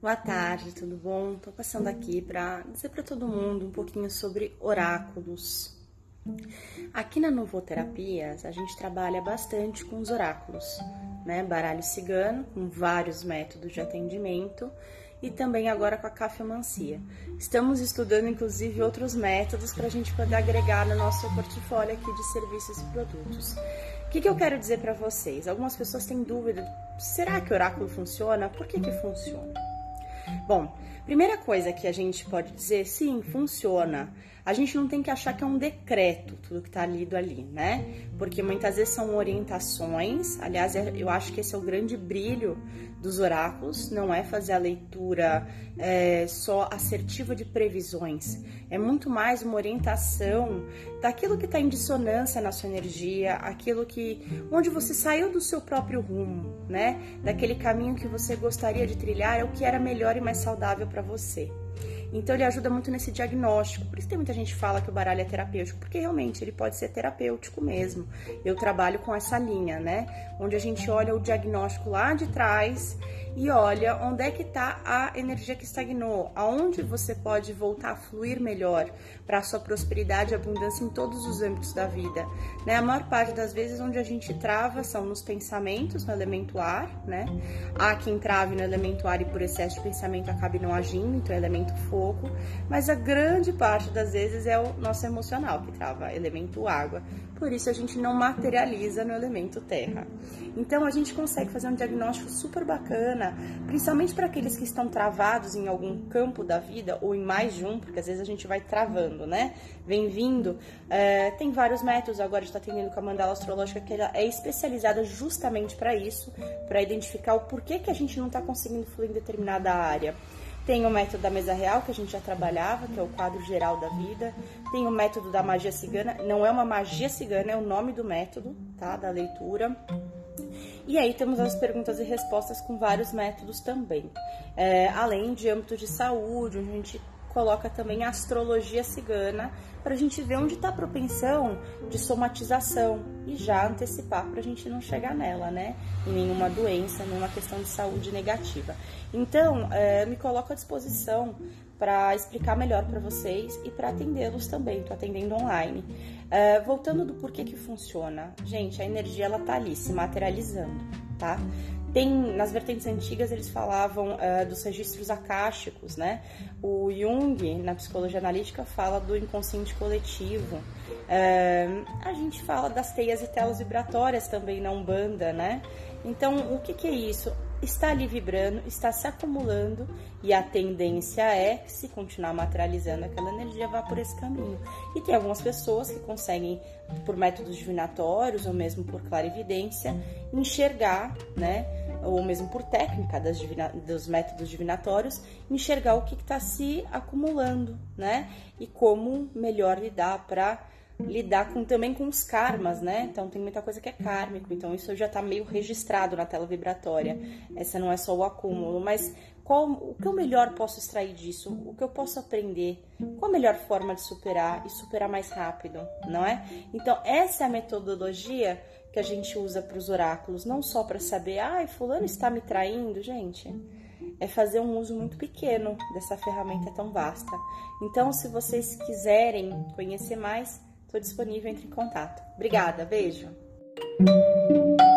Boa tarde, tudo bom? Tô passando aqui para dizer para todo mundo um pouquinho sobre oráculos. Aqui na Novoterapias, a gente trabalha bastante com os oráculos, né? Baralho cigano, com vários métodos de atendimento e também agora com a cafeomancia. Estamos estudando, inclusive, outros métodos para a gente poder agregar no nosso portfólio aqui de serviços e produtos. O que eu quero dizer para vocês? Algumas pessoas têm dúvida, será que o oráculo funciona? Por que funciona? Bom, primeira coisa que a gente pode dizer, sim, funciona. A gente não tem que achar que é um decreto tudo que tá lido ali, né? Porque muitas vezes são orientações. Aliás, eu acho que esse é o grande brilho dos oráculos, não é fazer a leitura só assertiva de previsões. É muito mais uma orientação daquilo que está em dissonância na sua energia, aquilo onde você saiu do seu próprio rumo, né? Daquele caminho que você gostaria de trilhar, é o que era melhor e mais saudável para você. Então ele ajuda muito nesse diagnóstico. Por isso tem muita gente que fala que o baralho é terapêutico, porque realmente ele pode ser terapêutico mesmo. Eu trabalho com essa linha, né? Onde a gente olha o diagnóstico lá de trás e olha onde é que está a energia que estagnou, aonde você pode voltar a fluir melhor para a sua prosperidade e abundância em todos os âmbitos da vida, né? A maior parte das vezes onde a gente trava são nos pensamentos, no elemento ar, né? Há quem trave no elemento ar e por excesso de pensamento acabe não agindo, então é elemento fogo, mas a grande parte das vezes é o nosso emocional que trava, elemento água. Por isso a gente não materializa no elemento terra. Então a gente consegue fazer um diagnóstico super bacana, principalmente para aqueles que estão travados em algum campo da vida, ou em mais de um, porque às vezes a gente vai travando, né? Vem vindo. Tem vários métodos, agora a gente está atendendo com a mandala astrológica, que ela é especializada justamente para isso, para identificar o porquê que a gente não está conseguindo fluir em determinada área. Tem o método da mesa real, que a gente já trabalhava, que é o quadro geral da vida. Tem o método da magia cigana, não é uma magia cigana, é o nome do método, tá? Da leitura. E aí temos as perguntas e respostas com vários métodos também. Além de âmbito de saúde, onde a gente coloca também a astrologia cigana, para a gente ver onde está a propensão de somatização e já antecipar para a gente não chegar nela, né? Em nenhuma doença, nenhuma questão de saúde negativa. Então, me coloco à disposição para explicar melhor para vocês e para atendê-los também. Estou atendendo online. Voltando do porquê que funciona. Gente, a energia ela tá ali se materializando, tá? Nas vertentes antigas eles falavam dos registros akáshicos, né? O Jung, na psicologia analítica, fala do inconsciente coletivo. A gente fala das teias e telas vibratórias também na Umbanda, né? Então, o que é isso? Está ali vibrando, está se acumulando e a tendência é, se continuar materializando aquela energia, vá por esse caminho. E tem algumas pessoas que conseguem, por métodos divinatórios ou mesmo por clarividência, enxergar, né, ou mesmo por técnica dos métodos divinatórios, enxergar o que está se acumulando, né, e como melhor lidar também com os karmas, né? Então tem muita coisa que é kármico, então isso já tá meio registrado na tela vibratória. Essa não é só o acúmulo, mas o que eu melhor posso extrair disso? O que eu posso aprender? Qual a melhor forma de superar e superar mais rápido, não é? Então essa é a metodologia que a gente usa para os oráculos, não só para saber, fulano está me traindo, gente. É fazer um uso muito pequeno dessa ferramenta tão vasta. Então, se vocês quiserem conhecer mais, estou disponível, entre em contato. Obrigada, beijo!